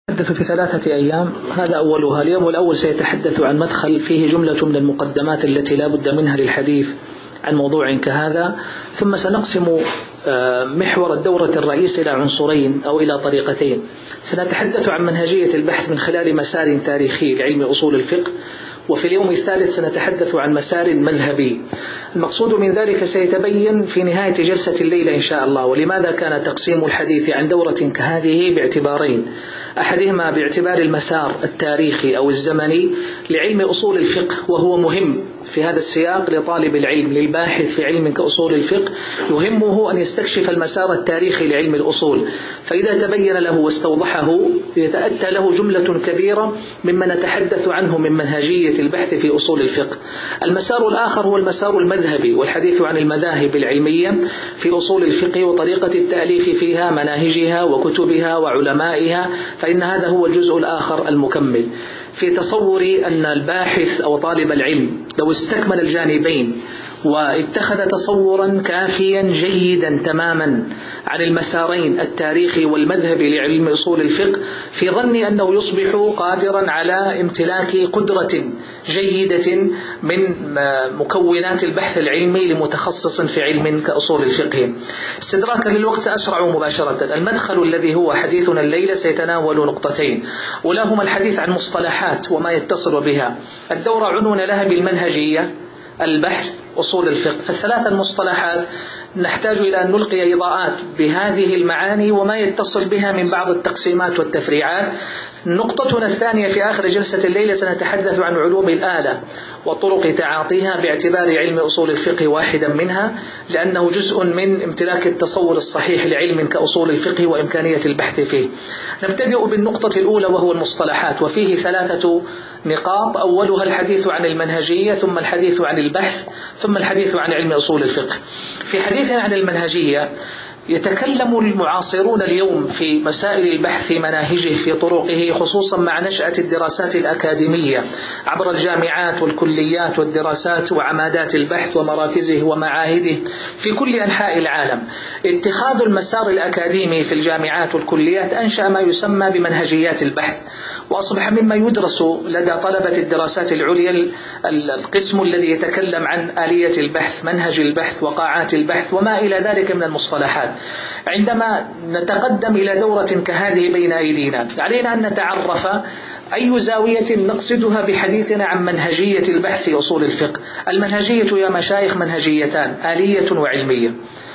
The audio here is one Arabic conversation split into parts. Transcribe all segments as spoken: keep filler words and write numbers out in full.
نتحدث في ثلاثة أيام. هذا أولها. اليوم الأول سيتحدث عن مدخل فيه جملة من المقدمات التي لا بد منها للحديث عن موضوع كهذا، ثم سنقسم محور الدورة الرئيس إلى عنصرين أو إلى طريقتين. سنتحدث عن منهجية البحث من خلال مسار تاريخي لعلم أصول الفقه، وفي اليوم الثالث سنتحدث عن مسار مذهبي. المقصود من ذلك سيتبين في نهاية جلسة الليلة إن شاء الله. ولماذا كان تقسيم الحديث عن دورة كهذه؟ باعتبارين: أحدهما باعتبار المسار التاريخي أو الزمني لعلم أصول الفقه، وهو مهم في هذا السياق لطالب العلم للباحث في علم كأصول الفقه، يهمه أن يستكشف المسار التاريخي لعلم الأصول، فإذا تبين له واستوضحه يتأتى له جملة كبيرة مما نتحدث عنه من منهجية البحث في أصول الفقه. المسار الآخر هو المسار المذهبي، والحديث عن المذاهب العلمية في أصول الفقه وطريقة التأليف فيها، مناهجها وكتبها وعلمائها، فإن هذا هو الجزء الآخر المكمل. في تصوري أن الباحث أو طالب العلم لو استكمل الجانبين واتخذ تصورا كافيا جيدا تماما عن المسارين التاريخي والمذهبي لعلم أصول الفقه، في ظني أنه يصبح قادرا على امتلاك قدرة جيدة من مكونات البحث العلمي لمتخصص في علم كأصول الفقه. استدراكا للوقت سأشرع مباشرة. المدخل الذي هو حديثنا الليلة سيتناول نقطتين، أولاهما الحديث عن مصطلحات وما يتصل بها. الدورة عنون لها بالمنهجية البحث أصول الفقه، فالثلاث المصطلحات نحتاج إلى أن نلقي إضاءات بهذه المعاني وما يتصل بها من بعض التقسيمات والتفريعات. نقطتنا الثانية في آخر جلسة الليلة سنتحدث عن علوم الآلة وطرق تعاطيها، باعتبار علم أصول الفقه واحدا منها، لأنه جزء من امتلاك التصور الصحيح لعلم كأصول الفقه وإمكانية البحث فيه. نبتدئ بالنقطة الأولى وهو المصطلحات، وفيه ثلاثة نقاط: أولها الحديث عن المنهجية، ثم الحديث عن البحث، ثم الحديث عن علم أصول الفقه. في حديث عن المنهجية يتكلم المعاصرون اليوم في مسائل البحث مناهجه في طرقه، خصوصا مع نشأة الدراسات الأكاديمية عبر الجامعات والكليات والدراسات وعمادات البحث ومراكزه ومعاهده في كل أنحاء العالم. اتخاذ المسار الأكاديمي في الجامعات والكليات أنشأ ما يسمى بمنهجيات البحث، وأصبح مما يدرس لدى طلبة الدراسات العليا القسم الذي يتكلم عن آلية البحث، منهج البحث، وقاعات البحث وما إلى ذلك من المصطلحات. عندما نتقدم إلى دورة كهذه بين أيدينا، علينا أن نتعرف أي زاوية نقصدها بحديثنا عن منهجية البحث في أصول الفقه. المنهجية يا مشايخ منهجيتان: آلية وعلمية.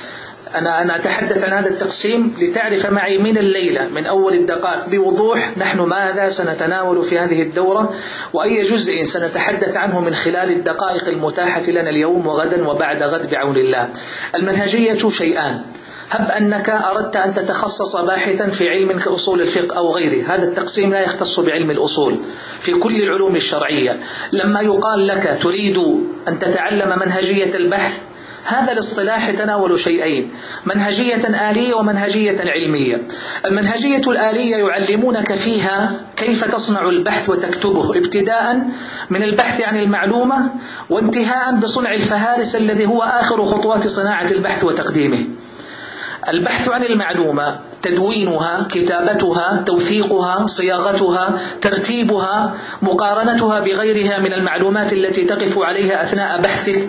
أنا أنا أتحدث عن هذا التقسيم لتعرف معي من الليلة من أول الدقائق بوضوح نحن ماذا سنتناول في هذه الدورة، وأي جزء سنتحدث عنه من خلال الدقائق المتاحة لنا اليوم وغدا وبعد غد بعون الله. المنهجية شيئان: هب أنك أردت أن تتخصص باحثا في علم كأصول الفقه أو غيره، هذا التقسيم لا يختص بعلم الأصول، في كل العلوم الشرعية. لما يقال لك تريد أن تتعلم منهجية البحث، هذا الاصطلاح يتناول شيئين: منهجية آلية ومنهجية علمية. المنهجية الآلية يعلمونك فيها كيف تصنع البحث وتكتبه، ابتداء من البحث عن المعلومة وانتهاء بصنع الفهارس الذي هو آخر خطوات صناعة البحث وتقديمه. البحث عن المعلومة، تدوينها، كتابتها، توثيقها، صياغتها، ترتيبها، مقارنتها بغيرها من المعلومات التي تقف عليها أثناء بحثك،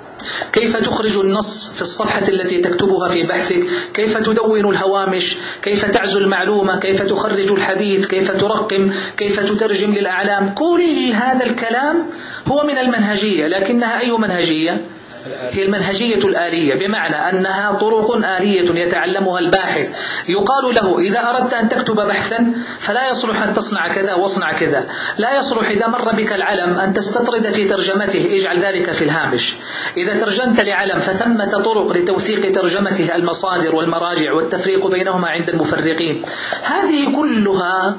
كيف تخرج النص في الصفحة التي تكتبها في بحثك، كيف تدون الهوامش، كيف تعزو المعلومة، كيف تخرج الحديث، كيف ترقم، كيف تترجم للأعلام. كل هذا الكلام هو من المنهجية، لكنها أي منهجية؟ هي المنهجية الآلية، بمعنى أنها طرق آلية يتعلمها الباحث. يقال له إذا أردت أن تكتب بحثا فلا يصلح أن تصنع كذا واصنع كذا، لا يصلح إذا مر بك العلم أن تستطرد في ترجمته، اجعل ذلك في الهامش. إذا ترجمت لعلم فثمة طرق لتوثيق ترجمته، المصادر والمراجع والتفريق بينهما عند المفرقين. هذه كلها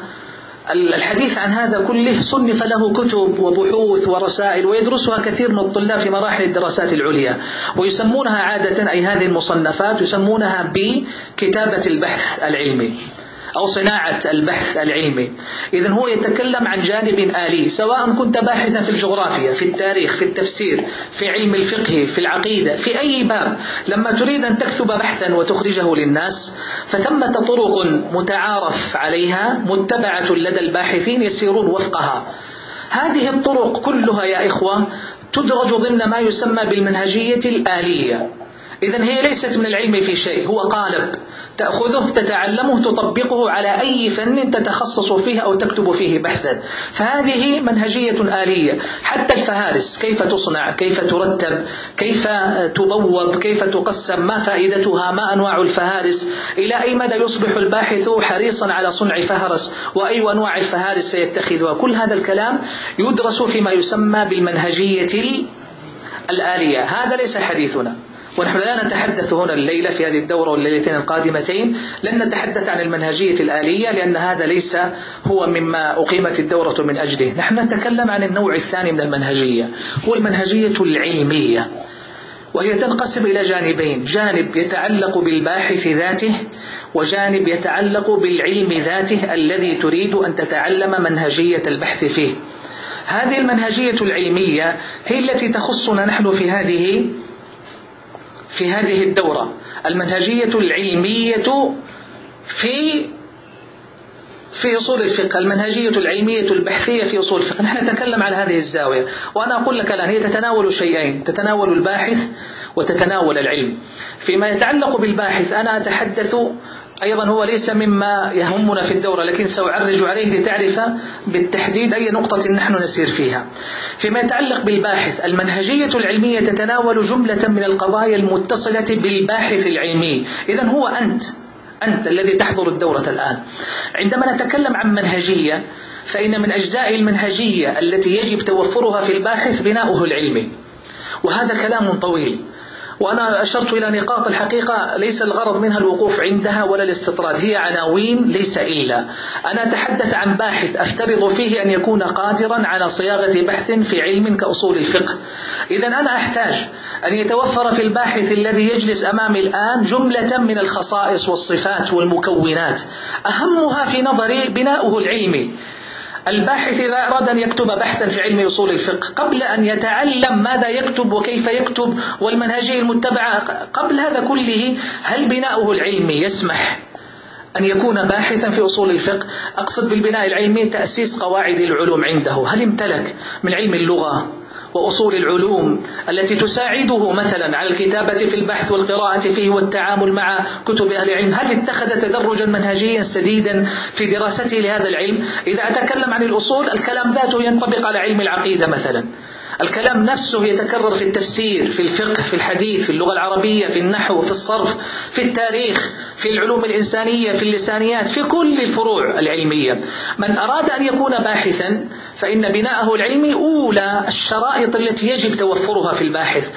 الحديث عن هذا كله صنف له كتب وبحوث ورسائل، ويدرسها كثير من الطلاب في مراحل الدراسات العليا، ويسمونها عادة أي هذه المصنفات يسمونها بكتابة البحث العلمي أو صناعة البحث العلمي. إذن هو يتكلم عن جانب آلي، سواء كنت باحثا في الجغرافيا، في التاريخ، في التفسير، في علم الفقه، في العقيدة، في أي باب، لما تريد أن تكتب بحثا وتخرجه للناس فثمة طرق متعارف عليها متبعة لدى الباحثين يسيرون وفقها. هذه الطرق كلها يا إخوة تدرج ضمن ما يسمى بالمنهجية الآلية. إذن هي ليست من العلم في شيء، هو قالب تأخذه تتعلمه تطبقه على أي فن تتخصص فيه أو تكتب فيه بحثا. فهذه منهجية آلية. حتى الفهارس كيف تصنع، كيف ترتب، كيف تبوب، كيف تقسم، ما فائدتها، ما أنواع الفهارس، إلى أي مدى يصبح الباحث حريصا على صنع فهرس، وأي أنواع الفهارس سيتخذها. كل هذا الكلام يدرس فيما يسمى بالمنهجية الآلية. هذا ليس حديثنا، ونحن لا نتحدث هنا الليلة في هذه الدورة والليلتين القادمتين لن نتحدث عن المنهجية الآلية، لأن هذا ليس هو مما أقيمت الدورة من أجله. نحن نتكلم عن النوع الثاني من المنهجية، هو المنهجية العلمية، وهي تنقسم إلى جانبين: جانب يتعلق بالباحث ذاته، وجانب يتعلق بالعلم ذاته الذي تريد أن تتعلم منهجية البحث فيه. هذه المنهجية العلمية هي التي تخصنا نحن في هذه في هذه الدورة. المنهجية العلمية في في أصول الفقه، المنهجية العلمية البحثية في أصول الفقه. نحن نتكلم على هذه الزاوية، وأنا أقول لك الآن هي تتناول شيئين: تتناول الباحث وتتناول العلم. فيما يتعلق بالباحث أنا أتحدث أيضا، هو ليس مما يهمنا في الدورة، لكن سأعرج عليه لتعرف بالتحديد أي نقطة نحن نسير فيها. فيما يتعلق بالباحث، المنهجية العلمية تتناول جملة من القضايا المتصلة بالباحث العلمي. إذن هو أنت أنت الذي تحضر الدورة الآن. عندما نتكلم عن منهجية، فإن من أجزاء المنهجية التي يجب توفرها في الباحث بناؤه العلمي، وهذا كلام طويل، وأنا أشرت إلى نقاط الحقيقة ليس الغرض منها الوقوف عندها ولا الاستطراد، هي عناوين ليس إلا. أنا أتحدث عن باحث أفترض فيه أن يكون قادرا على صياغة بحث في علم كأصول الفقه. إذن أنا أحتاج أن يتوفر في الباحث الذي يجلس أمامي الآن جملة من الخصائص والصفات والمكونات، أهمها في نظري بناؤه العلمي. الباحث إذا أراد أن يكتب بحثا في علم أصول الفقه، قبل أن يتعلم ماذا يكتب وكيف يكتب والمنهجية المتبعة، قبل هذا كله هل بناؤه العلمي يسمح أن يكون باحثا في أصول الفقه؟ أقصد بالبناء العلمي تأسيس قواعد العلوم عنده. هل امتلك من علم اللغة وأصول العلوم التي تساعده مثلا على الكتابة في البحث والقراءة فيه والتعامل مع كتب أهل العلم؟ هل اتخذ تدرجا منهجيا سديدا في دراسته لهذا العلم؟ إذا أتكلم عن الأصول، الكلام ذاته ينطبق على علم العقيدة مثلا، الكلام نفسه يتكرر في التفسير، في الفقه، في الحديث، في اللغة العربية، في النحو، في الصرف، في التاريخ، في العلوم الإنسانية، في اللسانيات، في كل الفروع العلمية. من أراد أن يكون باحثا فإن بناءه العلمي أولى الشرائط التي يجب توفرها في الباحث.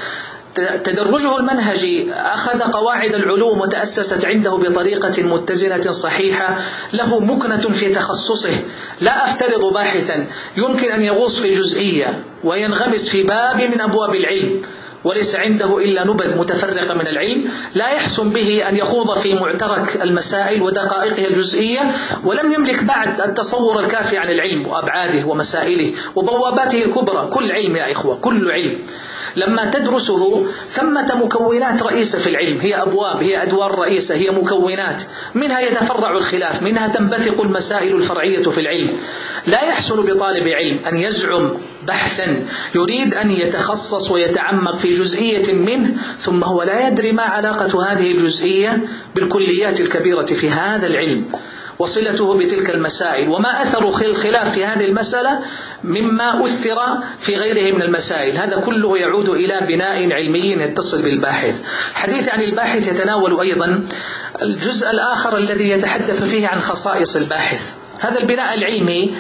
تدرجه المنهجي أخذ قواعد العلوم وتأسست عنده بطريقة متزنة صحيحة، له مكنة في تخصصه. لا أفترض باحثا يمكن أن يغوص في جزئية وينغمس في باب من أبواب العلم وليس عنده إلا نبذ متفرقة من العلم، لا يحسن به أن يخوض في معترك المسائل ودقائقها الجزئية، ولم يملك بعد التصور الكافي عن العلم وأبعاده ومسائله وبواباته الكبرى. كل علم يا إخوة، كل علم لما تدرسه ثمة مكونات رئيسة في العلم، هي أبواب، هي أدوار رئيسة، هي مكونات، منها يتفرع الخلاف، منها تنبثق المسائل الفرعية في العلم. لا يحسن بطالب علم أن يزعم بحثا يريد أن يتخصص ويتعمق في جزئية منه ثم هو لا يدري ما علاقة هذه الجزئية بالكليات الكبيرة في هذا العلم وصلته بتلك المسائل، وما أثر الخلاف في هذه المسألة مما أثر في غيره من المسائل. هذا كله يعود إلى بناء علمي يتصل بالباحث. حديث عن الباحث يتناول أيضا الجزء الآخر الذي يتحدث فيه عن خصائص الباحث. هذا البناء العلمي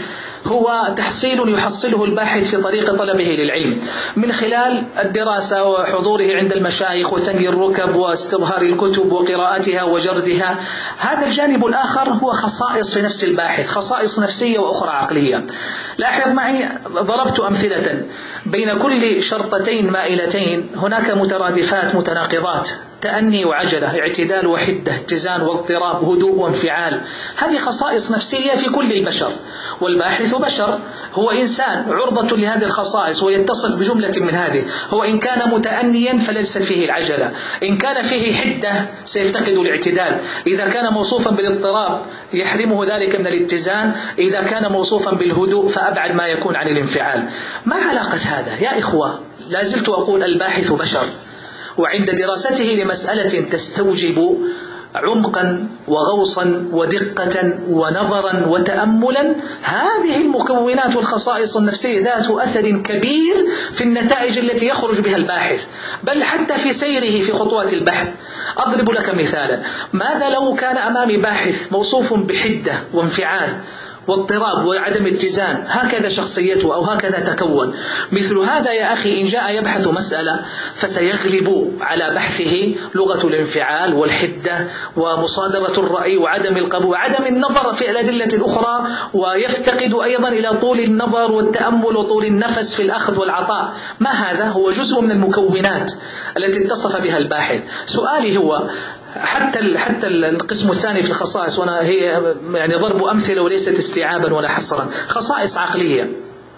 هو تحصيل يحصله الباحث في طريق طلبه للعلم من خلال الدراسة وحضوره عند المشايخ وثني الركب واستظهار الكتب وقراءتها وجردها. هذا الجانب الآخر هو خصائص في نفس الباحث، خصائص نفسية وأخرى عقلية. لاحظ معي، ضربت أمثلة بين كل شرطتين مائلتين هناك مترادفات متناقضات تأني وعجلة، اعتدال وحدة، اتزان واضطراب، هدوء وانفعال. هذه خصائص نفسية في كل البشر، والباحث بشر، هو إنسان عرضة لهذه الخصائص ويتصف بجملة من هذه. هو إن كان متأنيا فليست فيه العجلة، إن كان فيه حدة سيفتقد الاعتدال، إذا كان موصوفا بالاضطراب يحرمه ذلك من الاتزان، إذا كان موصوفا بالهدوء فأبعد ما يكون عن الانفعال. ما علاقة هذا يا إخوة؟ لازلت أقول الباحث بشر، وعند دراسته لمسألة تستوجب عمقا وغوصا ودقة ونظرا وتأملا، هذه المكونات والخصائص النفسية ذات أثر كبير في النتائج التي يخرج بها الباحث، بل حتى في سيره في خطوات البحث. أضرب لك مثالا: ماذا لو كان أمامي باحث موصوف بحدة وانفعال واضطراب وعدم اتزان، هكذا شخصيته أو هكذا تكون؟ مثل هذا يا أخي إن جاء يبحث مسألة فسيغلب على بحثه لغة الانفعال والحدة ومصادرة الرأي وعدم القبول وعدم النظر في الأدلة الأخرى، ويفتقد أيضا إلى طول النظر والتأمل وطول النفس في الأخذ والعطاء. ما هذا؟ هو جزء من المكونات التي اتصف بها الباحث. سؤالي هو حتى حتى القسم الثاني في الخصائص، وأنا هي يعني ضرب أمثلة وليست استيعابا ولا حصرا. خصائص عقلية.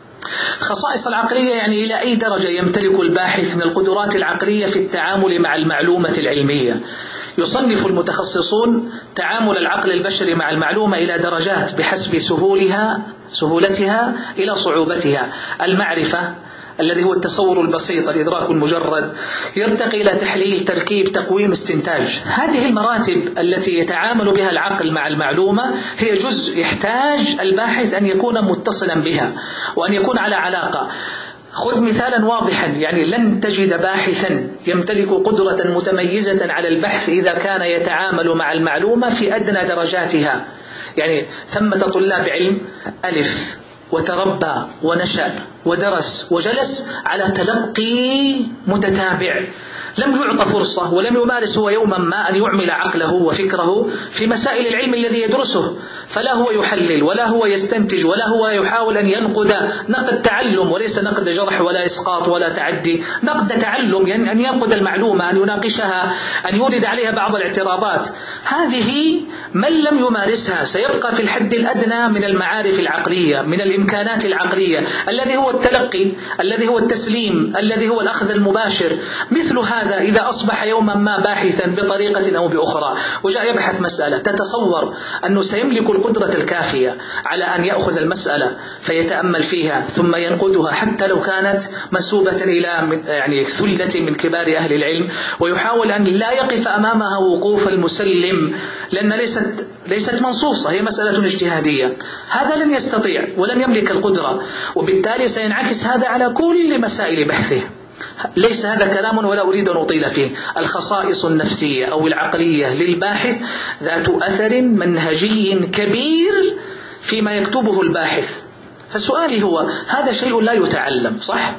خصائص العقلية يعني إلى أي درجة يمتلك الباحث من القدرات العقلية في التعامل مع المعلومة العلمية. يصنف المتخصصون تعامل العقل البشري مع المعلومة إلى درجات بحسب سهولها سهولتها إلى صعوبتها. المعرفة الذي هو التصور البسيط، الإدراك المجرد، يرتقي إلى تحليل، تركيب، تقويم، استنتاج. هذه المراتب التي يتعامل بها العقل مع المعلومة هي جزء يحتاج الباحث أن يكون متصلا بها وأن يكون على علاقة. خذ مثالا واضحا، يعني لن تجد باحثا يمتلك قدرة متميزة على البحث إذا كان يتعامل مع المعلومة في أدنى درجاتها. يعني ثمة طلاب علم ألف وتربى ونشأ ودرس وجلس على تلقي متتابع، لم يعطى فرصة ولم يمارس هو يوما ما أن يعمل عقله وفكره في مسائل العلم الذي يدرسه، فلا هو يحلل ولا هو يستنتج ولا هو يحاول أن ينقد نقد تعلم وليس نقد جرح ولا إسقاط ولا تعدي، نقد تعلم، يعني أن ينقد المعلومة، أن يناقشها، أن يورد عليها بعض الاعتراضات. هذه من لم يمارسها سيبقى في الحد الأدنى من المعارف العقلية، من الإمكانات العقلية، الذي هو التلقي، الذي هو التسليم، الذي هو الأخذ المباشر. مثل هذا إذا أصبح يوما ما باحثا بطريقة أو بأخرى وجاء يبحث مسألة، تتصور أنه سيملك القدرة الكافية على أن يأخذ المسألة فيتأمل فيها ثم ينقدها حتى لو كانت منسوبة إلى يعني ثلة من كبار أهل العلم، ويحاول أن لا يقف أمامها وقوف المسلم لأن ليست ليست منصوصة، هي مسألة اجتهادية. هذا لن يستطيع ولن يملك القدرة، وبالتالي سينعكس هذا على كل مسائل بحثه. ليس هذا كلام ولا أريد أن أطيل فيه. الخصائص النفسية أو العقلية للباحث ذات أثر منهجي كبير فيما يكتبه الباحث. فسؤالي هو، هذا شيء لا يتعلم صح؟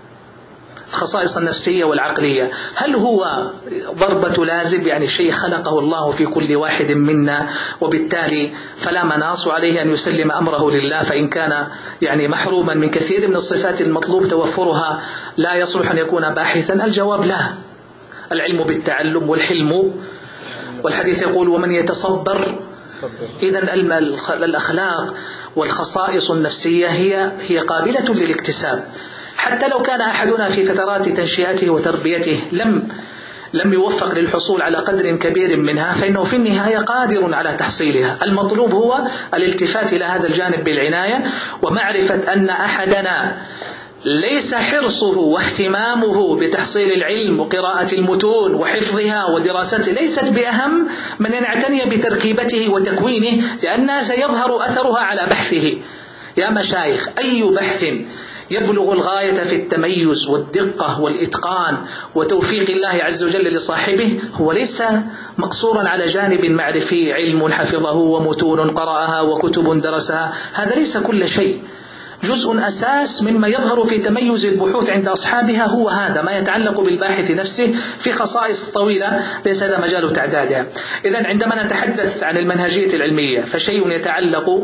الخصائص النفسية والعقلية، هل هو ضربة لازم، يعني شيء خلقه الله في كل واحد منا وبالتالي فلا مناص عليه أن يسلم أمره لله، فإن كان يعني محروما من كثير من الصفات المطلوب توفرها لا يصلح أن يكون باحثا؟ الجواب لا. العلم بالتعلم والحلم، والحديث يقول ومن يتصبر. إذن الأخلاق والخصائص النفسية هي هي قابلة للاكتساب. حتى لو كان أحدنا في فترات تنشئته وتربيته لم لم يوفق للحصول على قدر كبير منها، فإنه في النهاية قادر على تحصيلها. المطلوب هو الالتفات إلى هذا الجانب بالعناية، ومعرفة أن أحدنا ليس حرصه واهتمامه بتحصيل العلم وقراءة المتون وحفظها ودراستها ليست بأهم من أن يعتني بتركيبته وتكوينه، لأنها سيظهر أثرها على بحثه. يا مشايخ، أي بحث يبلغ الغاية في التميز والدقة والإتقان وتوفيق الله عز وجل لصاحبه هو ليس مقصورا على جانب معرفي، علم حفظه ومتون قرأها وكتب درسها، هذا ليس كل شيء. جزء أساس مما يظهر في تميز البحوث عند أصحابها هو هذا ما يتعلق بالباحث نفسه في خصائص طويلة ليس هذا مجال تعدادها. إذن عندما نتحدث عن المنهجية العلمية فشيء يتعلق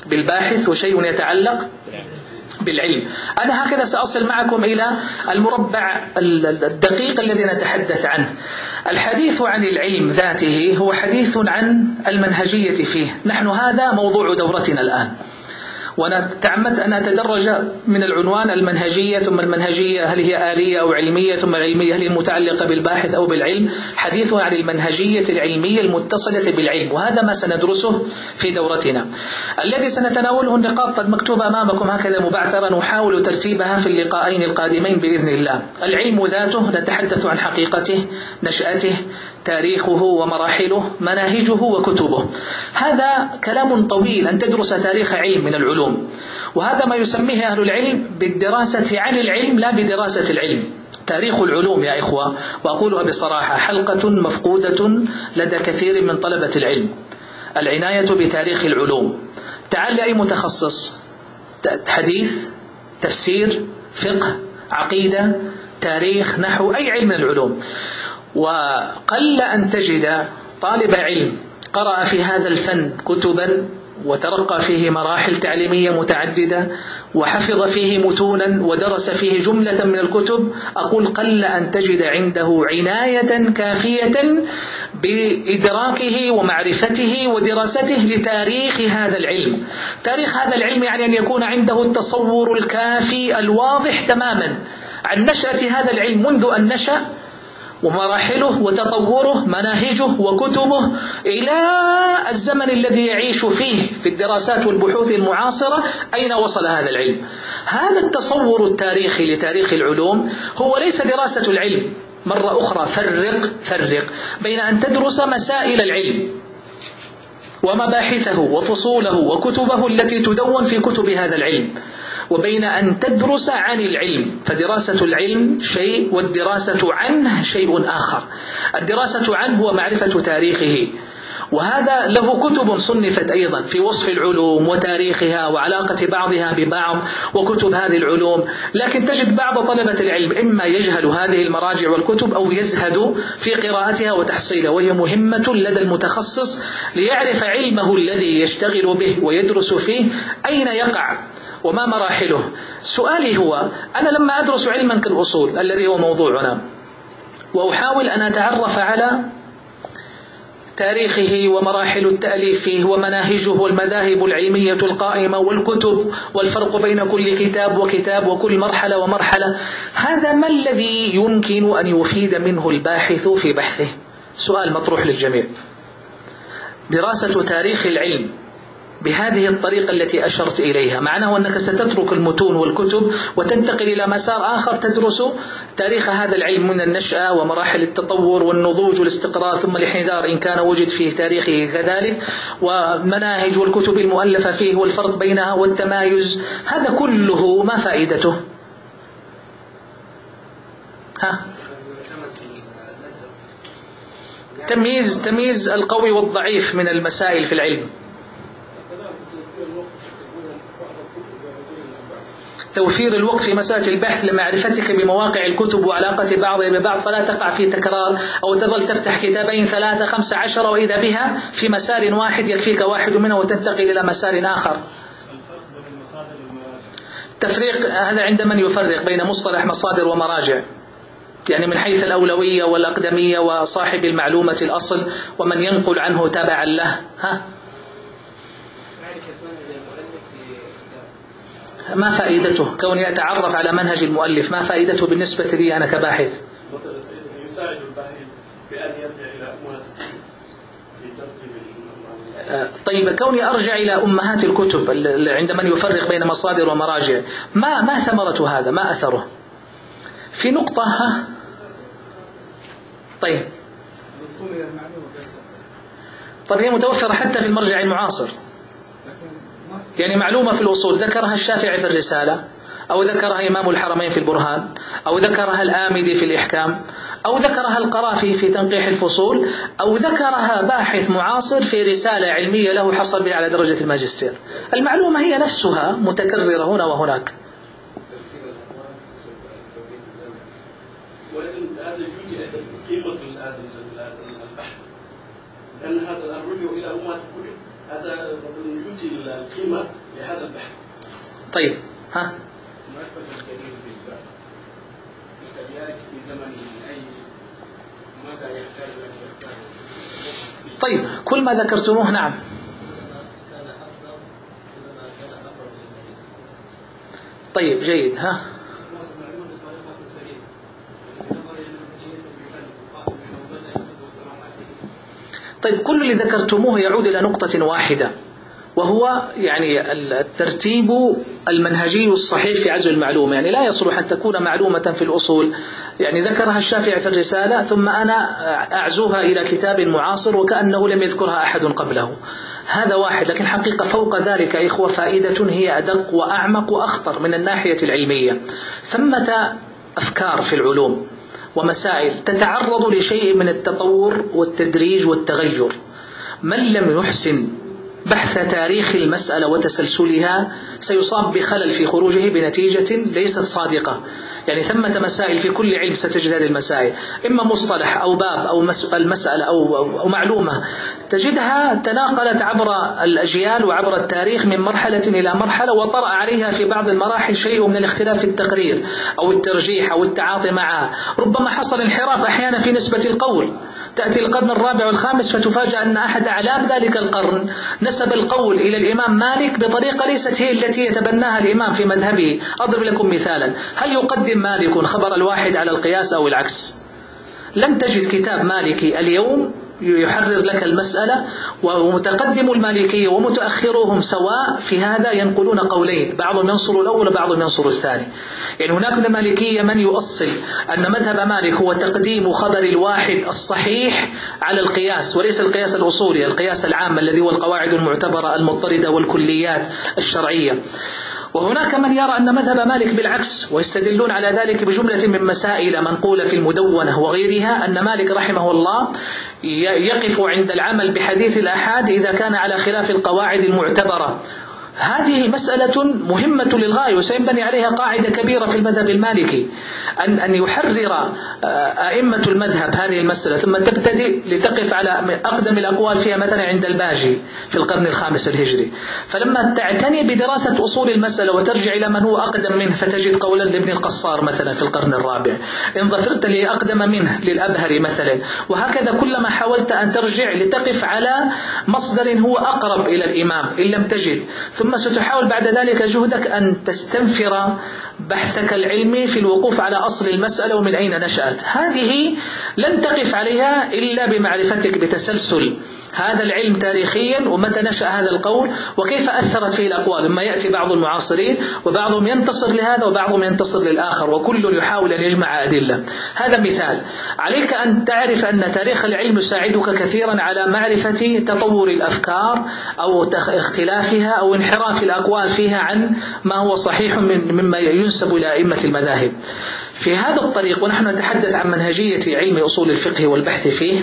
بالباحث وشيء يتعلق بالعلم. أنا هكذا سأصل معكم إلى المربع الدقيق الذي نتحدث عنه. الحديث عن العلم ذاته هو حديث عن المنهجية فيه. نحن هذا موضوع دورتنا الآن، وأنا تعمدت أن أتدرج من العنوان المنهجية، ثم المنهجية هل هي آلية أو علمية، ثم العلمية هل هي متعلقة بالباحث أو بالعلم. حديث عن المنهجية العلمية المتصلة بالعلم، وهذا ما سندرسه في دورتنا. الذي سنتناوله النقاط قد مكتوبة أمامكم هكذا مبعثرا، نحاول ترتيبها في اللقاءين القادمين بإذن الله. العلم ذاته نتحدث عن حقيقته، نشأته، تاريخه ومراحله، مناهجه وكتبه. هذا كلام طويل أن تدرس تاريخ علم من العلوم، وهذا ما يسميه أهل العلم بالدراسة عن العلم لا بدراسة العلم. تاريخ العلوم يا إخوة، وأقولها بصراحة، حلقة مفقودة لدى كثير من طلبة العلم، العناية بتاريخ العلوم. تعال لأي متخصص، حديث، تفسير، فقه، عقيدة، تاريخ، نحو، أي علم من العلوم، وقل أن تجد طالب علم قرأ في هذا الفن كتبا وترقى فيه مراحل تعليمية متعددة وحفظ فيه متونا ودرس فيه جملة من الكتب، أقول قل أن تجد عنده عناية كافية بإدراكه ومعرفته ودراسته لتاريخ هذا العلم. تاريخ هذا العلم يعني أن يكون عنده التصور الكافي الواضح تماما عن نشأة هذا العلم منذ أن نشأ، ومراحله وتطوره، مناهجه وكتبه، إلى الزمن الذي يعيش فيه في الدراسات والبحوث المعاصرة، أين وصل هذا العلم. هذا التصور التاريخي لتاريخ العلوم هو ليس دراسة العلم. مرة أخرى فرق فرق بين أن تدرس مسائل العلم ومباحثه وفصوله وكتبه التي تدون في كتب هذا العلم، وبين أن تدرس عن العلم. فدراسة العلم شيء والدراسة عنه شيء آخر. الدراسة عنه هو معرفة تاريخه، وهذا له كتب صنفت أيضا في وصف العلوم وتاريخها وعلاقة بعضها ببعض وكتب هذه العلوم. لكن تجد بعض طلبة العلم إما يجهل هذه المراجع والكتب أو يزهد في قراءتها وتحصيلها، وهي مهمة لدى المتخصص ليعرف علمه الذي يشتغل به ويدرس فيه أين يقع وما مراحله. سؤالي هو، أنا لما أدرس علما كالأصول الذي هو موضوعنا، وأحاول أن أتعرف على تاريخه ومراحل التأليف فيه ومناهجه والمذاهب العلمية القائمة والكتب والفرق بين كل كتاب وكتاب وكل مرحلة ومرحلة، هذا ما الذي يمكن أن يفيد منه الباحث في بحثه؟ سؤال مطروح للجميع. دراسة تاريخ العلم بهذه الطريقة التي أشرت إليها معناه أنك ستترك المتون والكتب وتنتقل إلى مسار آخر تدرس تاريخ هذا العلم من النشأة ومراحل التطور والنضوج والاستقرار ثم الانحدار إن كان وجد في تاريخه كذلك، ومناهج والكتب المؤلفة فيه والفرق بينها والتمايز. هذا كله ما فائدته؟ ها؟ تمييز تمييز القوي والضعيف من المسائل في العلم، توفير الوقت في مسألة البحث لمعرفتك بمواقع الكتب وعلاقة بعضها ببعض، فلا تقع في تكرار أو تظل تفتح كتابين ثلاثة خمسة عشر وإذا بها في مسار واحد يكفيك واحد منه وتنتقل إلى مسار آخر. تفريق هذا عند من يفرق بين مصطلح مصادر ومراجع، يعني من حيث الأولوية والأقدمية وصاحب المعلومة الأصل ومن ينقل عنه تبعا له. ها؟ ما فائدته كوني أتعرف على منهج المؤلف؟ ما فائدته بالنسبة لي أنا كباحث؟ يساعد الباحث بأن يرجع إلى أمهات الكتب. طيب كوني أرجع إلى أمهات الكتب عند من يفرق بين مصادر ومراجع، ما ما ثمرة هذا؟ ما أثره؟ في نقطة. ها؟ طيب طيب هي متوفرة حتى في المرجع المعاصر، يعني معلومة في الأصول ذكرها الشافعي في الرسالة، أو ذكرها إمام الحرمين في البرهان، أو ذكرها الآمدي في الإحكام، أو ذكرها القرافي في تنقيح الفصول، أو ذكرها باحث معاصر في رسالة علمية له حصل بها على درجة الماجستير. المعلومة هي نفسها متكررة هنا وهناك. ولكن هذا يجي قيمة البحث، لأن هذا الرجوع إلى أمهات الكتب هذا يؤتي القيمة لهذا البحث. طيب ها؟ معرفة الجديد بالتغييرات في زمن أي ماذا يحتاج أن يختار. طيب كل ما ذكرتموه نعم. طيب جيد ها. طيب كل اللي ذكرتموه يعود إلى نقطة واحدة، وهو يعني الترتيب المنهجي الصحيح في عزو المعلومة. يعني لا يصلح أن تكون معلومة في الأصول يعني ذكرها الشافعي في الرسالة ثم أنا أعزوها إلى كتاب معاصر وكأنه لم يذكرها أحد قبله. هذا واحد، لكن حقيقة فوق ذلك يا إخوة فائدة هي أدق وأعمق وأخطر من الناحية العلمية. ثمة أفكار في العلوم ومسائل تتعرض لشيء من التطور والتدريج والتغير. من لم يحسن بحث تاريخ المسألة وتسلسلها سيصاب بخلل في خروجه بنتيجة ليست صادقة. يعني ثمة مسائل في كل علم ستجد هذه المسائل، إما مصطلح أو باب أو المسألة أو, أو معلومة تجدها تناقلت عبر الأجيال وعبر التاريخ من مرحلة إلى مرحلة، وطرأ عليها في بعض المراحل شيء من الاختلاف في التقرير أو الترجيح أو التعاطي معها. ربما حصل انحراف أحيانا في نسبة القول، تأتي القرن الرابع والخامس فتفاجأ أن أحد أعلام ذلك القرن نسب القول إلى الإمام مالك بطريقة ليست هي التي يتبناها الإمام في مذهبه. أضرب لكم مثالا، هل يقدم مالك خبر الواحد على القياس أو العكس؟ لن تجد كتاب مالكي اليوم يحرر لك المسألة، ومتقدم المالكية ومتأخرهم سواء في هذا ينقلون قولين، بعضهم ينصر الأول وبعضهم ينصر الثاني. يعني هناك من المالكية من يؤصل أن مذهب مالك هو تقديم خبر الواحد الصحيح على القياس، وليس القياس الأصولي، القياس العام الذي هو القواعد المعتبرة المضطردة والكليات الشرعية. وهناك من يرى أن مذهب مالك بالعكس، ويستدلون على ذلك بجملة من مسائل منقولة في المدونة وغيرها، أن مالك رحمه الله يقف عند العمل بحديث الآحاد إذا كان على خلاف القواعد المعتبرة. هذه مسألة مهمة للغاية وسينبني عليها قاعدة كبيرة في المذهب المالكي، أن أن يحرر أئمة المذهب هذه المسألة ثم تبتدئ لتقف على أقدم الأقوال فيها مثلا عند الباجي في القرن الخامس الهجري. فلما تعتني بدراسة أصول المسألة وترجع إلى من هو أقدم منه فتجد قولا لابن القصار مثلا في القرن الرابع، إن ظفرت لأقدم منه للأبهري مثلا، وهكذا كلما حاولت أن ترجع لتقف على مصدر هو أقرب إلى الإمام إن لم تجد، ثم ستحاول بعد ذلك جهدك أن تستنفر بحثك العلمي في الوقوف على أصل المسألة ومن أين نشأت. هذه لن تقف عليها إلا بمعرفتك بتسلسل هذا العلم تاريخيا ومتى نشأ هذا القول وكيف أثرت فيه الأقوال. لما يأتي بعض المعاصرين وبعضهم ينتصر لهذا وبعضهم ينتصر للآخر وكل يحاول أن يجمع أدلة. هذا مثال. عليك أن تعرف أن تاريخ العلم يساعدك كثيرا على معرفة تطور الأفكار أو اختلافها أو انحراف الأقوال فيها عن ما هو صحيح مما ينسب إلى أئمة المذاهب. في هذا الطريق ونحن نتحدث عن منهجية علم أصول الفقه والبحث فيه،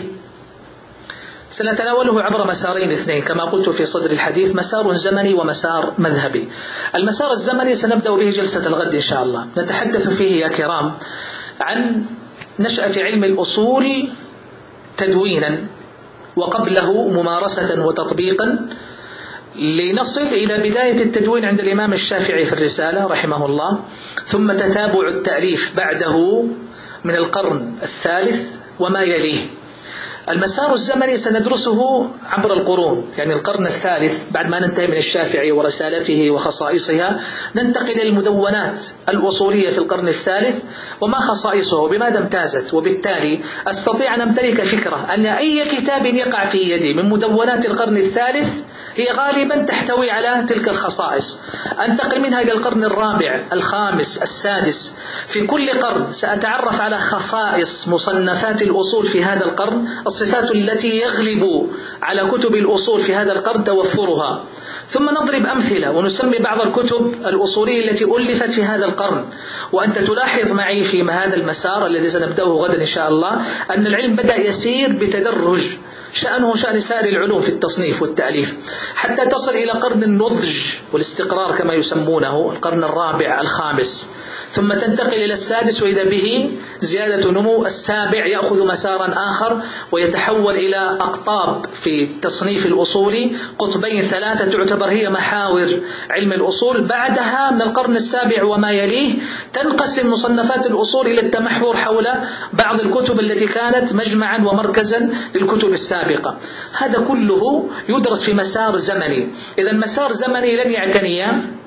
سنتناوله عبر مسارين اثنين كما قلت في صدر الحديث، مسار زمني ومسار مذهبي. المسار الزمني سنبدأ به جلسة الغد إن شاء الله، نتحدث فيه يا كرام عن نشأة علم الأصول تدوينا وقبله ممارسة وتطبيقا، لنصل إلى بداية التدوين عند الإمام الشافعي في الرسالة رحمه الله، ثم تتابع التعريف بعده من القرن الثالث وما يليه. المسار الزمني سندرسه عبر القرون، يعني القرن الثالث بعد ما ننتهي من الشافعي ورسالته وخصائصها ننتقل إلى المدونات الأصولية في القرن الثالث وما خصائصه وبماذا امتازت، وبالتالي أستطيع أن أمتلك فكرة أن أي كتاب يقع في يدي من مدونات القرن الثالث هي غالبا تحتوي على تلك الخصائص. أنتقل منها إلى القرن الرابع الخامس السادس، في كل قرن سأتعرف على خصائص مصنفات الأصول في هذا القرن، الصفات التي يغلب على كتب الأصول في هذا القرن توفرها، ثم نضرب أمثلة ونسمي بعض الكتب الأصولية التي ألفت في هذا القرن. وأنت تلاحظ معي في هذا المسار الذي سنبدأه غدا إن شاء الله أن العلم بدأ يسير بتدرج، شأنه شأن سائر العلوم في التصنيف والتأليف، حتى تصل إلى قرن النضج والاستقرار كما يسمونه، القرن الرابع الخامس. ثم تنتقل إلى السادس وإذا به زيادة نمو. السابع يأخذ مسارا آخر ويتحول إلى أقطاب في تصنيف الأصول، قطبين ثلاثة تعتبر هي محاور علم الأصول. بعدها من القرن السابع وما يليه تنقسم مصنفات الأصول إلى التمحور حول بعض الكتب التي كانت مجمعا ومركزا للكتب السابقة. هذا كله يدرس في مسار زمني. إذا مسار زمني لن يعتني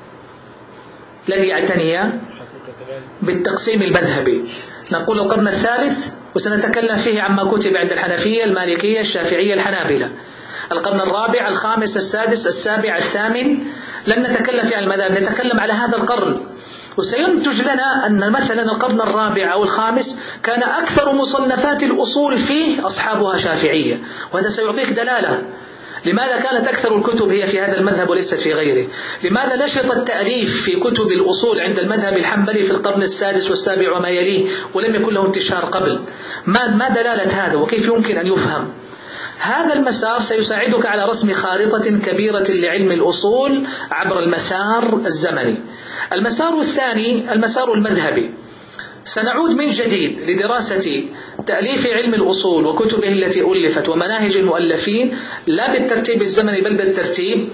لن يعتني بالتقسيم المذهبي. نقول القرن الثالث وسنتكلم فيه عما كتب عند الحنفية المالكية الشافعية الحنابلة. القرن الرابع الخامس السادس السابع الثامن لن نتكلم في المذاهب، نتكلم على هذا القرن. وسينتج لنا أن مثلا القرن الرابع أو الخامس كان أكثر مصنفات الأصول فيه أصحابها شافعية، وهذا سيعطيك دلالة لماذا كانت أكثر الكتب هي في هذا المذهب وليست في غيره. لماذا نشط التأليف في كتب الأصول عند المذهب الحنبلي في القرن السادس والسابع وما يليه ولم يكن له انتشار قبل؟ ما ما دلالة هذا وكيف يمكن أن يفهم؟ هذا المسار سيساعدك على رسم خارطة كبيرة لعلم الأصول عبر المسار الزمني. المسار الثاني المسار المذهبي. سنعود من جديد لدراسة تأليف علم الأصول وكتبه التي ألفت ومناهج المؤلفين لا بالترتيب الزمني بل بالترتيب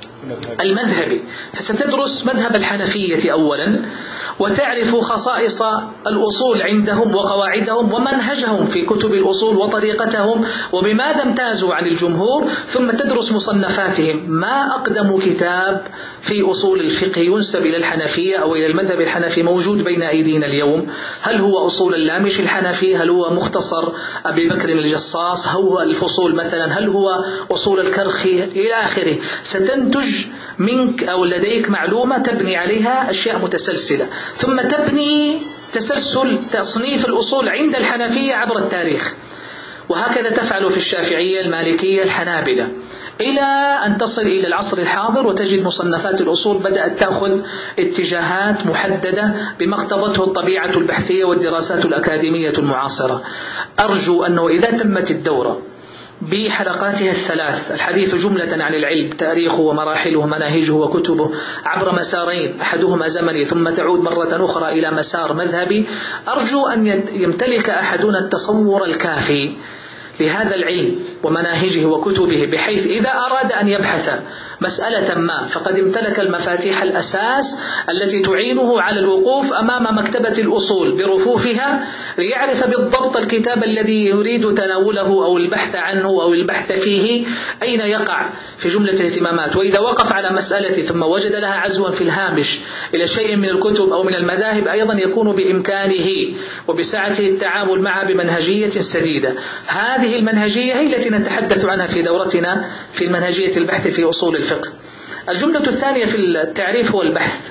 المذهبي. فستدرس مذهب الحنفية أولا وتعرف خصائص الأصول عندهم وقواعدهم ومنهجهم في كتب الأصول وطريقتهم وبماذا امتازوا عن الجمهور، ثم تدرس مصنفاتهم. ما أقدم كتاب في أصول الفقه ينسب إلى الحنفية أو إلى المذهب الحنفي موجود بين أيدينا اليوم؟ هل هو أصول اللامش الحنفي؟ هل هو مختصر أبي بكر الجصاص؟ هل هو الفصول مثلا؟ هل هو أصول الكرخي؟ إلى آخره. ستنتج منك أو لديك معلومة تبني عليها أشياء متسلسلة، ثم تبني تسلسل تصنيف الأصول عند الحنفية عبر التاريخ، وهكذا تفعل في الشافعية المالكية الحنابلة إلى أن تصل إلى العصر الحاضر وتجد مصنفات الأصول بدأت تأخذ اتجاهات محددة بما اقتضته الطبيعة البحثية والدراسات الأكاديمية المعاصرة. أرجو أنه إذا تمت الدورة بحلقاتها الثلاث الحديث جملة عن العلم تاريخه ومراحله ومناهجه وكتبه عبر مسارين، أحدهما زمني ثم تعود مرة أخرى إلى مسار مذهبي، أرجو أن يمتلك أحدنا التصور الكافي لهذا العلم ومناهجه وكتبه، بحيث إذا أراد أن يبحث مسألة ما فقد امتلك المفاتيح الأساس التي تعينه على الوقوف أمام مكتبة الأصول برفوفها ليعرف بالضبط الكتاب الذي يريد تناوله أو البحث عنه أو البحث فيه أين يقع في جملة الاهتمامات. وإذا وقف على مسألة ثم وجد لها عزوا في الهامش إلى شيء من الكتب أو من المذاهب أيضا يكون بإمكانه وبسعته التعامل معها بمنهجية سديدة. هذه المنهجية هي التي نتحدث عنها في دورتنا في المنهجية البحث في أصول الفقه. الجملة الثانية في التعريف هو البحث،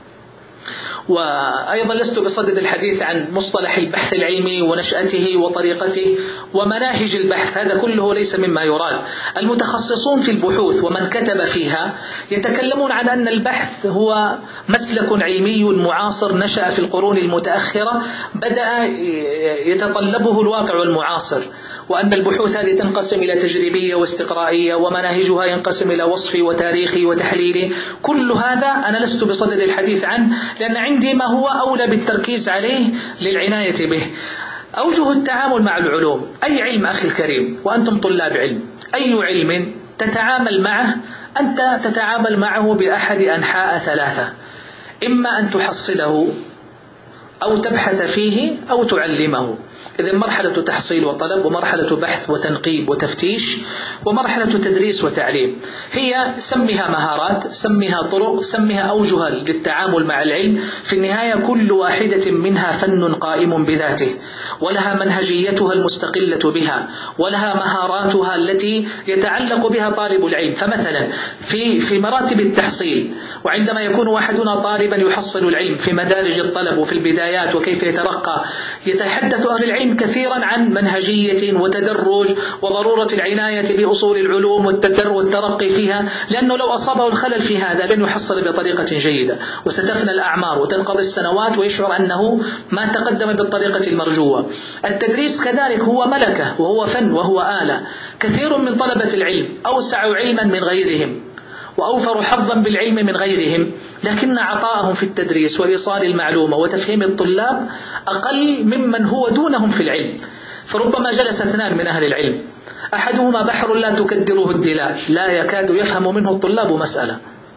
وأيضا لست بصدد الحديث عن مصطلح البحث العلمي ونشأته وطريقته ومناهج البحث، هذا كله ليس مما يراد. المتخصصون في البحوث ومن كتب فيها يتكلمون عن أن البحث هو مسلك علمي معاصر نشأ في القرون المتأخرة بدأ يتطلبه الواقع المعاصر، وأن البحوث هذه تنقسم إلى تجريبية واستقرائية ومناهجها ينقسم إلى وصفي وتاريخي وتحليلي. كل هذا أنا لست بصدد الحديث عنه لأن عندي ما هو أولى بالتركيز عليه للعناية به. أوجه التعامل مع العلوم، أي علم أخي الكريم وأنتم طلاب علم، أي علم تتعامل معه أنت تتعامل معه بأحد أنحاء ثلاثة، إما أن تحصله أو تبحث فيه أو تعلمه. إذن مرحلة تحصيل وطلب ومرحلة بحث وتنقيب وتفتيش ومرحلة تدريس وتعليم، هي سمها مهارات، سمها طرق، سمها أوجها للتعامل مع العلم. في النهاية كل واحدة منها فن قائم بذاته ولها منهجيتها المستقلة بها ولها مهاراتها التي يتعلق بها طالب العلم. فمثلا في في مراتب التحصيل، وعندما يكون واحدنا طالبا يحصل العلم في مدارج الطلب وفي البدايات وكيف يترقى، يتحدث أهل العلم كثيرا عن منهجية وتدرج وضرورة العناية بأصول العلوم والتدرج والترقي فيها، لأنه لو أصابه الخلل في هذا لن يحصل بطريقة جيدة وستفنى الأعمار وتنقضي السنوات ويشعر أنه ما تقدم بالطريقة المرجوة. التدريس كذلك هو ملكة وهو فن وهو آلة. كثير من طلبة العلم أوسع علما من غيرهم وأوفر حظا بالعلم من غيرهم، لكن عطاءهم في التدريس وإيصال المعلومة وتفهيم الطلاب أقل ممن هو دونهم في العلم. فربما جلس اثنان من أهل العلم، أحدهما بحر لا تكدره الدلال، لا يكاد يفهم منه الطلاب مسألة،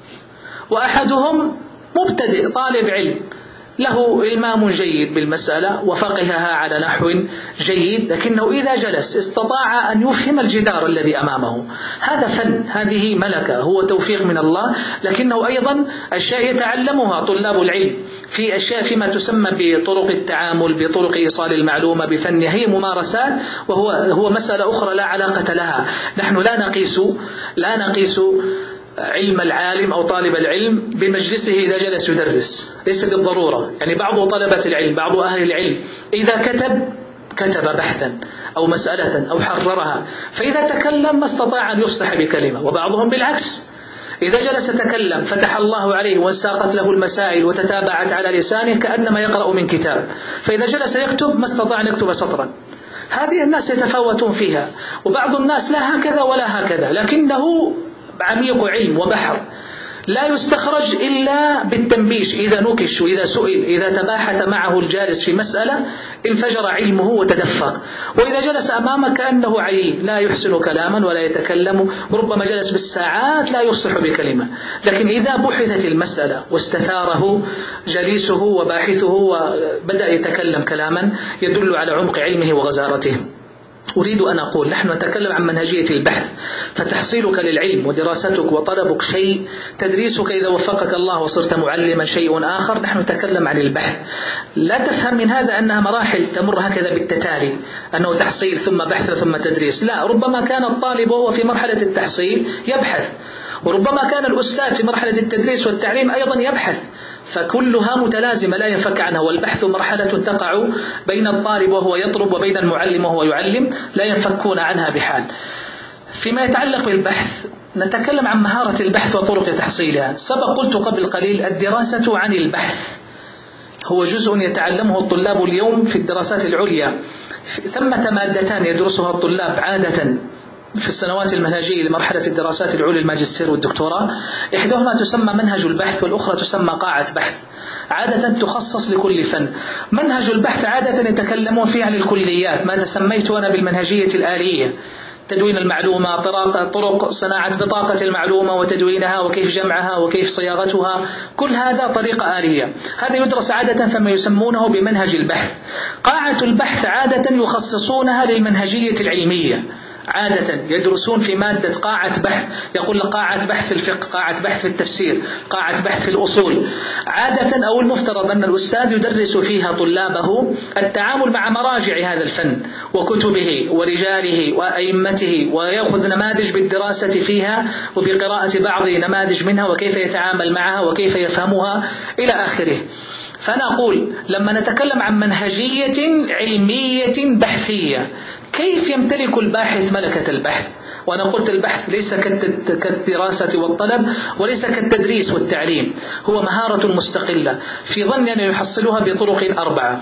وأحدهم مبتدئ طالب علم له إلمام جيد بالمسألة وفقهها على نحو جيد، لكنه إذا جلس استطاع أن يفهم الجدار الذي أمامه. هذا فن، هذه ملكة، هو توفيق من الله، لكنه أيضا أشياء يتعلمها طلاب العلم في أشياء فيما تسمى بطرق التعامل، بطرق إيصال المعلومة، بفنها، هي ممارسات، وهو هو مسألة أخرى لا علاقة لها. نحن لا نقيس لا نقيس علم العالم أو طالب العلم بمجلسه إذا جلس يدرس، ليس بالضرورة. يعني بعض طلبة العلم، بعض أهل العلم إذا كتب كتب بحثا أو مسألة أو حررها، فإذا تكلم ما استطاع أن يفصح بكلمة. وبعضهم بالعكس، إذا جلس تكلم فتح الله عليه وانساقت له المسائل وتتابعت على لسانه كأنما يقرأ من كتاب، فإذا جلس يكتب ما استطاع أن يكتب سطرا. هذه الناس يتفاوتون فيها، وبعض الناس لا هكذا ولا هكذا، لكنه عميق علم وبحر لا يستخرج إلا بالتنبيش. إذا نكش وإذا سئل، إذا تباحث معه الجالس في مسألة انفجر علمه وتدفق. وإذا جلس أمامك كأنه عيي لا يحسن كلاما ولا يتكلم، وربما جلس بالساعات لا يفصح بكلمة. لكن إذا بحثت المسألة واستثاره جليسه وباحثه وبدأ يتكلم كلاما يدل على عمق علمه وغزارته. أريد أن أقول نحن نتكلم عن منهجية البحث، فتحصيلك للعلم ودراستك وطلبك شيء، تدريسك إذا وفقك الله وصرت معلما شيء آخر. نحن نتكلم عن البحث، لا تفهم من هذا أنها مراحل تمر هكذا بالتتالي، أنه تحصيل ثم بحث ثم تدريس. لا، ربما كان الطالب وهو في مرحلة التحصيل يبحث، وربما كان الأستاذ في مرحلة التدريس والتعليم أيضا يبحث، فكلها متلازمة لا ينفك عنها. والبحث مرحلة تقع بين الطالب وهو يطلب وبين المعلم وهو يعلم، لا ينفكون عنها بحال. فيما يتعلق بالبحث نتكلم عن مهارة البحث وطرق تحصيلها. سبق قلت قبل قليل الدراسة عن البحث هو جزء يتعلمه الطلاب اليوم في الدراسات العليا. ثمة مادتان يدرسها الطلاب عادة في السنوات المنهجية لمرحلة الدراسات العليا، الماجستير والدكتوراه. إحداهما تسمى منهج البحث، والأخرى تسمى قاعة بحث، عادة تخصص لكل فن. منهج البحث عادة يتكلمون فيه عن الكليات، ما تسميت أنا بالمنهجية الآلية، تدوين المعلومة، طرق صناعة بطاقة المعلومة وتدوينها وكيف جمعها وكيف صياغتها، كل هذا طريقة آلية. هذا يدرس عادة فما يسمونه بمنهج البحث. قاعة البحث عادة يخصصونها للمنهجية العلمية، عادة يدرسون في مادة قاعة بحث، يقول لك قاعة بحث في الفقه، قاعة بحث في التفسير، قاعة بحث في الأصول. عادة أو المفترض أن الأستاذ يدرس فيها طلابه التعامل مع مراجع هذا الفن وكتبه ورجاله وأئمته، ويأخذ نماذج بالدراسة فيها وبقراءة بعض نماذج منها وكيف يتعامل معها وكيف يفهمها إلى آخره. فأنا أقول لما نتكلم عن منهجية علمية بحثية، كيف يمتلك الباحث ملكة البحث؟ وأنا قلت البحث ليس كالدراسة والطلب وليس كالتدريس والتعليم، هو مهارة مستقلة في ظني أن يحصلها بطرق أربعة.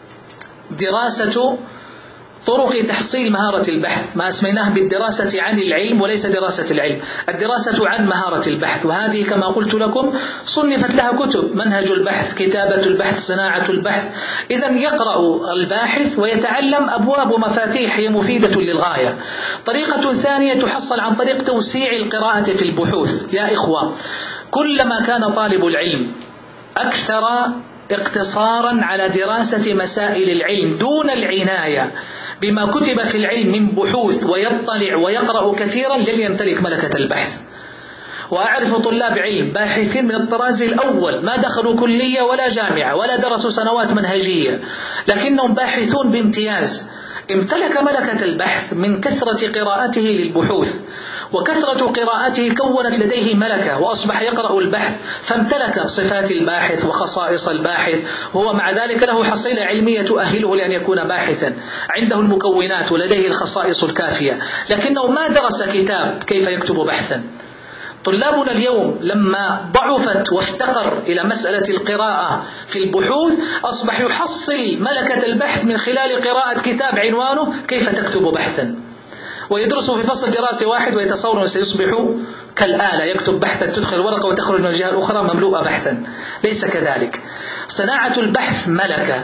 دراسة طرق تحصيل مهارة البحث، ما اسميناه بالدراسة عن العلم وليس دراسة العلم، الدراسة عن مهارة البحث. وهذه كما قلت لكم صنفت لها كتب، منهج البحث، كتابة البحث، صناعة البحث. إذن يقرأ الباحث ويتعلم أبواب ومفاتيح هي مفيدة للغاية. طريقة ثانية تحصل عن طريق توسيع القراءة في البحوث. يا إخوة، كلما كان طالب العلم أكثر اقتصارا على دراسة مسائل العلم دون العناية بما كتب في العلم من بحوث ويطلع ويقرأ كثيرا، لن يمتلك ملكة البحث. وأعرف طلاب علم باحثين من الطراز الأول، ما دخلوا كلية ولا جامعة ولا درسوا سنوات منهجية، لكنهم باحثون بامتياز. امتلك ملكة البحث من كثرة قراءته للبحوث، وكثرة قراءته كونت لديه ملكة، وأصبح يقرأ البحث فامتلك صفات الباحث وخصائص الباحث، وهو مع ذلك له حصيلة علمية تؤهله لأن يكون باحثا، عنده المكونات ولديه الخصائص الكافية، لكنه ما درس كتاب كيف يكتب بحثا. طلابنا اليوم لما ضعفت وافتقر إلى مسألة القراءة في البحوث أصبح يحصل ملكة البحث من خلال قراءة كتاب عنوانه كيف تكتب بحثا. ويدرسه في فصل دراسي واحد ويتصور سيصبح كالآلة، يكتب بحثا تدخل الورقة وتخرج من الجهة الأخرى مملوءة بحثا. ليس كذلك. صناعة البحث ملكة.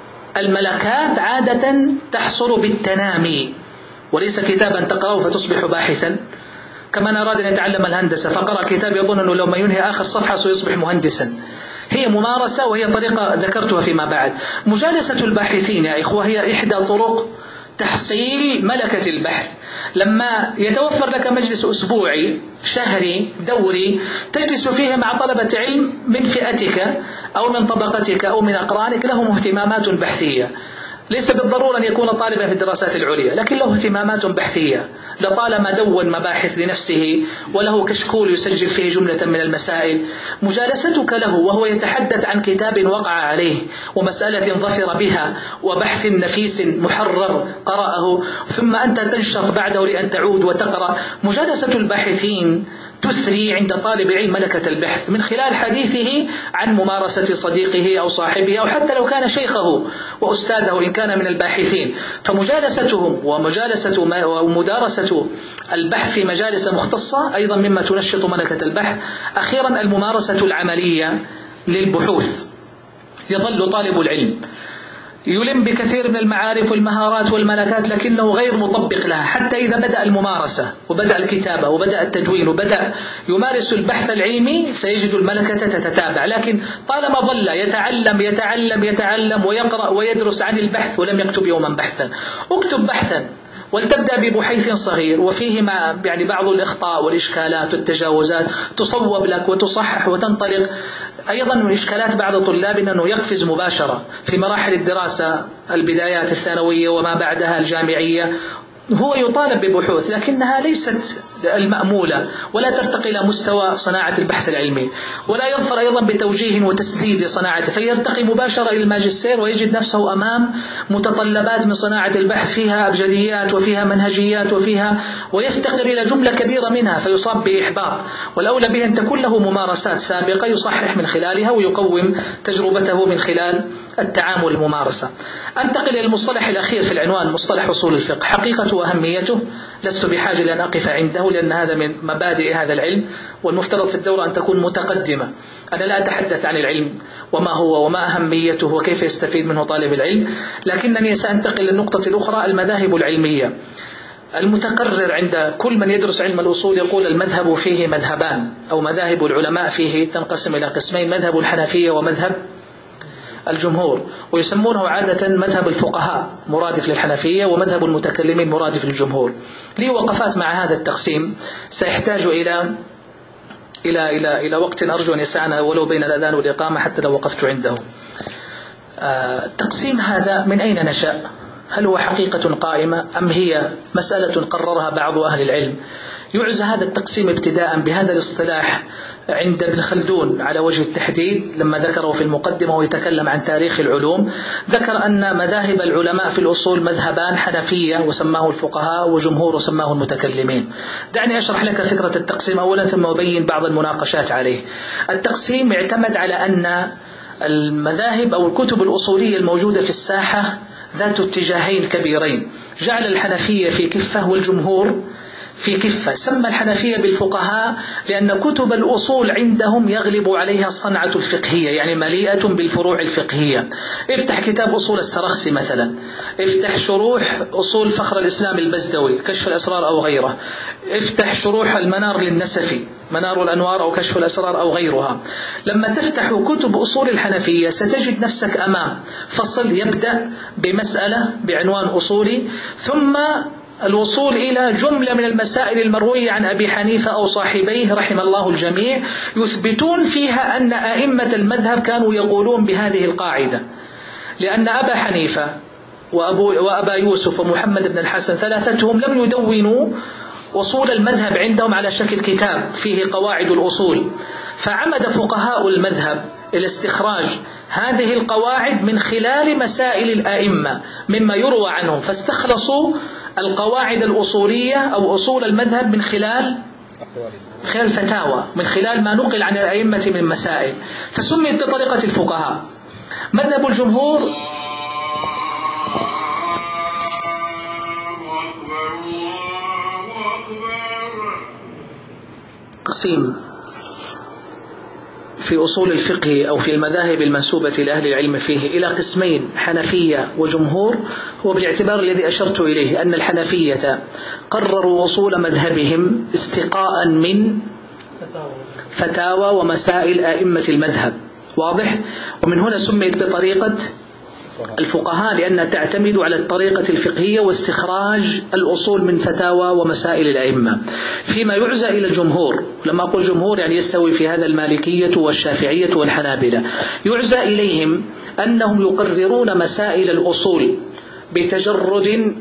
الملكات عادة تحصل بالتنامي، وليس كتابا تقرأه فتصبح باحثا. كمن أراد أن يتعلم الهندسة فقرأ كتاب يظن أنه لما ينهي آخر صفحة سيصبح مهندسا. هي ممارسة، وهي طريقة ذكرتها فيما بعد. مجالسة الباحثين يا إخوة هي إحدى طرق تحصيل ملكة البحث. لما يتوفر لك مجلس أسبوعي شهري دوري تجلس فيه مع طلبة علم من فئتك أو من طبقتك أو من أقرانك لهم اهتمامات بحثية، ليس بالضرورة أن يكون طالبا في الدراسات العليا، لكن له اهتمامات بحثية، لطالما دون مباحث لنفسه وله كشكول يسجل فيه جملة من المسائل. مجالستك له وهو يتحدث عن كتاب وقع عليه ومسألة ظفر بها وبحث نفيس محرر قرأه، ثم أنت تنشط بعده لأن تعود وتقرأ. مجالسة الباحثين تثري عند طالب العلم ملكة البحث من خلال حديثه عن ممارسة صديقه أو صاحبه أو حتى لو كان شيخه وأستاذه إن كان من الباحثين. فمجالستهم ومجالسة ومدارسة البحث في مجالس مختصة أيضا مما تنشط ملكة البحث. أخيرا الممارسة العملية للبحوث. يظل طالب العلم يلم بكثير من المعارف والمهارات والملكات لكنه غير مطبق لها، حتى إذا بدأ الممارسة وبدأ الكتابة وبدأ التدوين وبدأ يمارس البحث العلمي سيجد الملكة تتتابع. لكن طالما ظل يتعلم يتعلم يتعلم ويقرأ ويدرس عن البحث ولم يكتب يوما بحثا، اكتب بحثا ولتبدأ ببحيث صغير وفيه مع يعني بعض الإخطاء والإشكالات والتجاوزات تصوب لك وتصحح وتنطلق. أيضا من إشكالات بعض طلابنا أنه يقفز مباشرة في مراحل الدراسة، البدايات الثانوية وما بعدها الجامعية، هو يطالب ببحوث لكنها ليست المأمولة ولا ترتقي إلى مستوى صناعة البحث العلمي، ولا يظفر أيضا بتوجيه وتسديد صناعته، فيرتقي مباشرة إلى الماجستير ويجد نفسه أمام متطلبات من صناعة البحث فيها أبجديات وفيها منهجيات وفيها ويفتقر إلى جملة كبيرة منها فيصاب بإحباط. والأولى به أن تكون له ممارسات سابقة يصحح من خلالها ويقوم تجربته من خلال التعامل الممارسة. أنتقل إلى المصطلح الأخير في العنوان، مصطلح أصول الفقه. حقيقة وأهميته لست بحاجة لأن أقف عنده لأن هذا من مبادئ هذا العلم، والمفترض في الدورة أن تكون متقدمة. أنا لا أتحدث عن العلم وما هو وما أهميته وكيف يستفيد منه طالب العلم، لكنني سأنتقل للنقطة الأخرى، المذاهب العلمية. المتقرر عند كل من يدرس علم الأصول يقول المذهب فيه مذهبان، أو مذاهب العلماء فيه تنقسم إلى قسمين، مذهب الحنفية ومذهب الجمهور، ويسمونه عادة مذهب الفقهاء مرادف للحنفية ومذهب المتكلمين مرادف للجمهور. لي وقفات مع هذا التقسيم سيحتاج إلى إلى إلى إلى وقت أرجو أن يسعنا ولو بين الأذان والإقامة حتى لو وقفت عنده. التقسيم هذا من أين نشأ؟ هل هو حقيقة قائمة أم هي مسألة قررها بعض أهل العلم؟ يعزى هذا التقسيم ابتداء بهذا الاصطلاح عند ابن خلدون على وجه التحديد لما ذكره في المقدمة ويتكلم عن تاريخ العلوم. ذكر أن مذاهب العلماء في الأصول مذهبان، حنفية وسماه الفقهاء وجمهور وسماه المتكلمين. دعني أشرح لك فكرة التقسيم أولا ثم أبين بعض المناقشات عليه. التقسيم اعتمد على أن المذاهب أو الكتب الأصولية الموجودة في الساحة ذات اتجاهين كبيرين، جعل الحنفية في كفة والجمهور في كفة. سمى الحنفية بالفقهاء لأن كتب الأصول عندهم يغلب عليها الصنعة الفقهية، يعني مليئة بالفروع الفقهية. افتح كتاب أصول السرخسي مثلا، افتح شروح أصول فخر الإسلام البزدوي كشف الأسرار أو غيره، افتح شروح المنار للنسفي منار الأنوار أو كشف الأسرار أو غيرها. لما تفتح كتب أصول الحنفية ستجد نفسك أمام فصل يبدأ بمسألة بعنوان أصولي، ثم الوصول إلى جملة من المسائل المروية عن أبي حنيفة أو صاحبيه رحم الله الجميع، يثبتون فيها أن أئمة المذهب كانوا يقولون بهذه القاعدة. لأن أبا حنيفة وأبو وأبا يوسف ومحمد بن الحسن ثلاثتهم لم يدونوا أصول المذهب عندهم على شكل كتاب فيه قواعد الأصول، فعمد فقهاء المذهب إلى استخراج هذه القواعد من خلال مسائل الأئمة مما يروى عنهم، فاستخلصوا القواعد الأصولية أو أصول المذهب من خلال خلال فتاوى، من خلال ما نقل عن الأئمة من مسائل، فسميت بطريقة الفقهاء. مذهب الجمهور التقسيم في أصول الفقه أو في المذاهب المنسوبة لأهل العلم فيه إلى قسمين، حنفية وجمهور، هو بالاعتبار الذي أشرت إليه أن الحنفية قرروا أصول مذهبهم استقاء من فتاوى ومسائل أئمة المذهب، واضح؟ ومن هنا سميت بطريقة الفقهاء لأنها تعتمد على الطريقة الفقهية واستخراج الأصول من فتاوى ومسائل الأئمة. فيما يعزى إلى الجمهور، لما أقول جمهور يعني يستوي في هذا المالكية والشافعية والحنابلة، يعزى إليهم أنهم يقررون مسائل الأصول بتجرد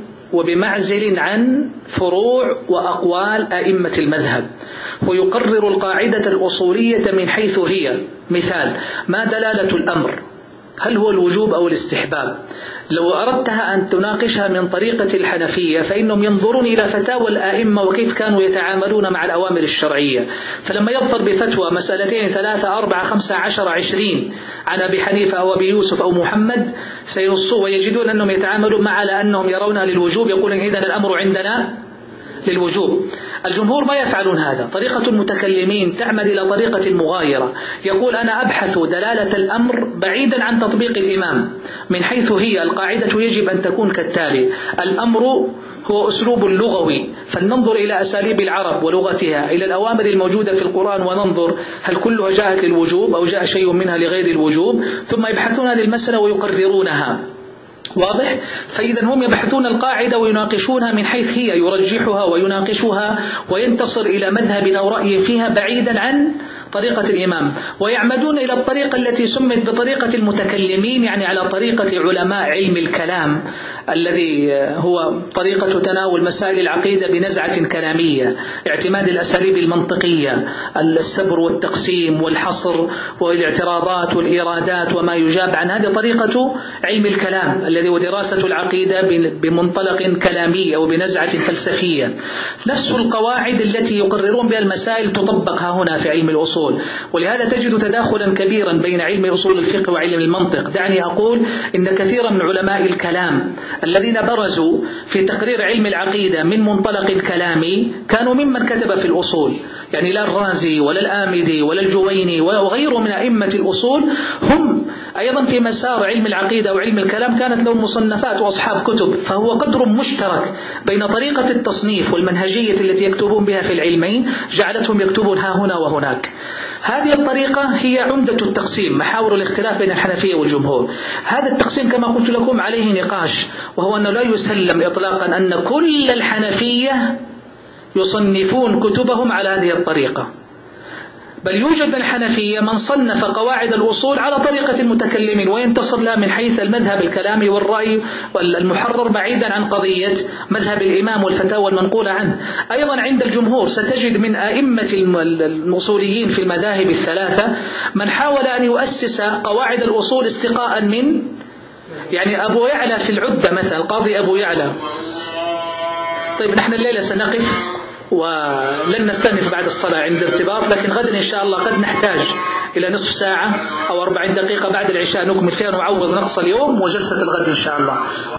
وبمعزل عن فروع وأقوال أئمة المذهب، ويقرر القاعدة الأصولية من حيث هي. مثال: ما دلالة الأمر؟ هل هو الوجوب أو الاستحباب؟ لو أردتها أن تناقشها من طريقة الحنفية فإنهم ينظرون إلى فتاوى الآئمة وكيف كانوا يتعاملون مع الأوامر الشرعية، فلما يظفر بفتوى مسألتين ثلاثة أربعة خمسة عشر عشرين عن أبي حنيفة أو أبي يوسف أو محمد سينصوا ويجدون أنهم يتعاملون مع على أنهم يرونها للوجوب، يقولون إذن الأمر عندنا للوجوب. الجمهور ما يفعلون هذا، طريقة المتكلمين تعمد إلى طريقة المغايرة، يقول أنا أبحث دلالة الأمر بعيدا عن تطبيق الإمام من حيث هي. القاعدة يجب أن تكون كالتالي: الأمر هو أسلوب لغوي، فلننظر إلى أساليب العرب ولغتها، إلى الأوامر الموجودة في القرآن وننظر هل كلها جاءت للوجوب أو جاء شيء منها لغير الوجوب، ثم يبحثون هذه المسألة ويقررونها، واضح؟ فإذا هم يبحثون القاعدة ويناقشونها من حيث هي، يرجحها ويناقشها وينتصر إلى مذهب أو رأي فيها بعيدا عن طريقة الإمام، ويعمدون إلى الطريقة التي سمت بطريقة المتكلمين، يعني على طريقة علماء علم الكلام الذي هو طريقة تناول مسائل العقيدة بنزعة كلامية، اعتماد الأساليب المنطقية، السبر والتقسيم والحصر والاعتراضات والإيرادات وما يجاب عن. هذه طريقة علم الكلام الذي هو دراسة العقيدة بمنطلق كلامي أو بنزعة فلسفية. نفس القواعد التي يقررون بها المسائل تطبقها هنا في علم الأصول، ولهذا تجد تداخلا كبيرا بين علم أصول الفقه وعلم المنطق. دعني أقول إن كثيرا من علماء الكلام الذين برزوا في تقرير علم العقيدة من منطلق كلامي كانوا ممن كتب في الأصول، يعني لا الرازي ولا الآمدي ولا الجويني وغيره من أئمة الأصول هم أيضا في مسار علم العقيدة وعلم الكلام كانت لهم مصنفات وأصحاب كتب، فهو قدر مشترك بين طريقة التصنيف والمنهجية التي يكتبون بها في العلمين جعلتهم يكتبون ها هنا وهناك. هذه الطريقة هي عمدة التقسيم، محاور الاختلاف بين الحنفية والجمهور. هذا التقسيم كما قلت لكم عليه نقاش، وهو أنه لا يسلم إطلاقا أن كل الحنفية يصنفون كتبهم على هذه الطريقة، بل يوجد من الحنفية من صنف قواعد الأصول على طريقة المتكلمين وينتصر لها من حيث المذهب الكلامي والرأي المحرر بعيدا عن قضية مذهب الإمام والفتاوى المنقولة عنه. أيضا عند الجمهور ستجد من أئمة الأصوليين في المذاهب الثلاثة من حاول أن يؤسس قواعد الأصول استقاء من، يعني أبو يعلى في العدة مثلا، القاضي أبو يعلى. طيب نحن الليلة سنقف ولن نستأنف بعد الصلاة عند ارتباط، لكن غدا إن شاء الله قد نحتاج إلى نصف ساعة أو أربعين دقيقة بعد العشاء نكمل فيها، نعوض نقص اليوم وجلسة الغد إن شاء الله.